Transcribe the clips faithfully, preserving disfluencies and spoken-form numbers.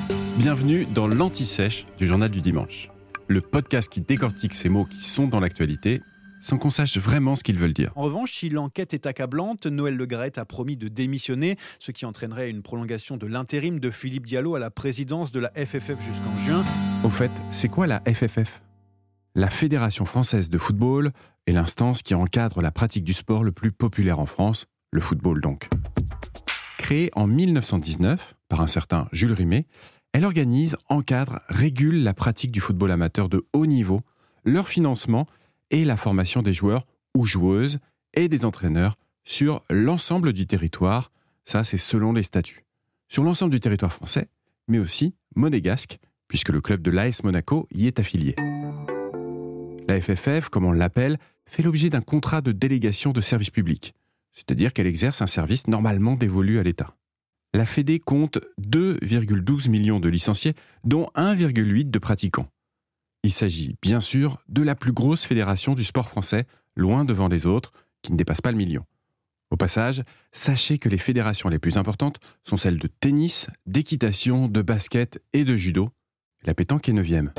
Bienvenue dans l'Anti-Sèche du Journal du Dimanche, le podcast qui décortique ces mots qui sont dans l'actualité sans qu'on sache vraiment ce qu'ils veulent dire. En revanche, si l'enquête est accablante, Noël Le Graët a promis de démissionner, ce qui entraînerait une prolongation de l'intérim de Philippe Diallo à la présidence de la F F F jusqu'en juin. Au fait, c'est quoi la F F F ? La Fédération française de football est l'instance qui encadre la pratique du sport le plus populaire en France, le football donc. Créée en mille neuf cent dix-neuf par un certain Jules Rimet, elle organise, encadre, régule la pratique du football amateur de haut niveau, leur financement et la formation des joueurs ou joueuses et des entraîneurs sur l'ensemble du territoire, ça c'est selon les statuts. Sur l'ensemble du territoire français, mais aussi monégasque, puisque le club de l'A S Monaco y est affilié. La F F F, comme on l'appelle, fait l'objet d'un contrat de délégation de service public, c'est-à-dire qu'elle exerce un service normalement dévolu à l'État. La Fédé compte deux virgule douze millions de licenciés, dont un virgule huit de pratiquants. Il s'agit bien sûr de la plus grosse fédération du sport français, loin devant les autres, qui ne dépassent pas le million. Au passage, sachez que les fédérations les plus importantes sont celles de tennis, d'équitation, de basket et de judo. La pétanque est neuvième.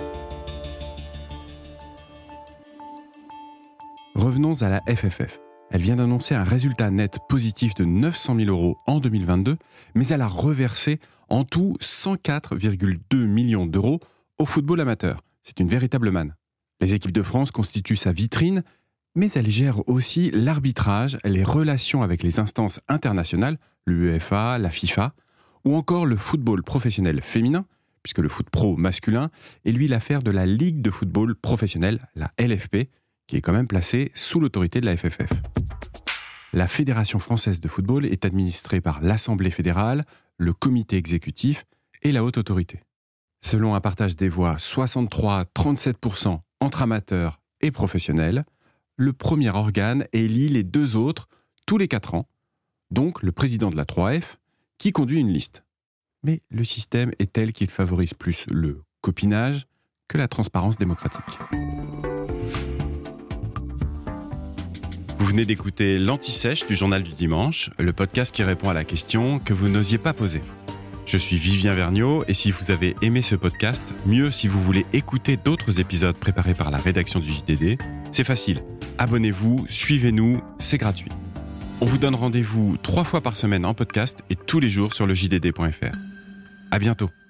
Revenons à la F F F. Elle vient d'annoncer un résultat net positif de neuf cent mille euros en deux mille vingt-deux, mais elle a reversé en tout cent quatre virgule deux millions d'euros au football amateur. C'est une véritable manne. Les équipes de France constituent sa vitrine, mais elle gère aussi l'arbitrage, les relations avec les instances internationales, l'UEFA, la FIFA, ou encore le football professionnel féminin, puisque le foot pro masculin est lui l'affaire de la Ligue de football professionnel, la L F P, qui est quand même placée sous l'autorité de la F F F. La Fédération française de football est administrée par l'Assemblée fédérale, le comité exécutif et la haute autorité. Selon un partage des voix soixante-trois à trente-sept pour cent entre amateurs et professionnels, le premier organe élit les deux autres tous les quatre ans, donc le président de la trois F, qui conduit une liste. Mais le système est tel qu'il favorise plus le copinage que la transparence démocratique. Vous venez d'écouter l'Anti-Sèche du Journal du Dimanche, le podcast qui répond à la question que vous n'osiez pas poser. Je suis Vivien Vergniaud et si vous avez aimé ce podcast, mieux si vous voulez écouter d'autres épisodes préparés par la rédaction du J D D, c'est facile. Abonnez-vous, suivez-nous, c'est gratuit. On vous donne rendez-vous trois fois par semaine en podcast et tous les jours sur le j d d point f r. À bientôt.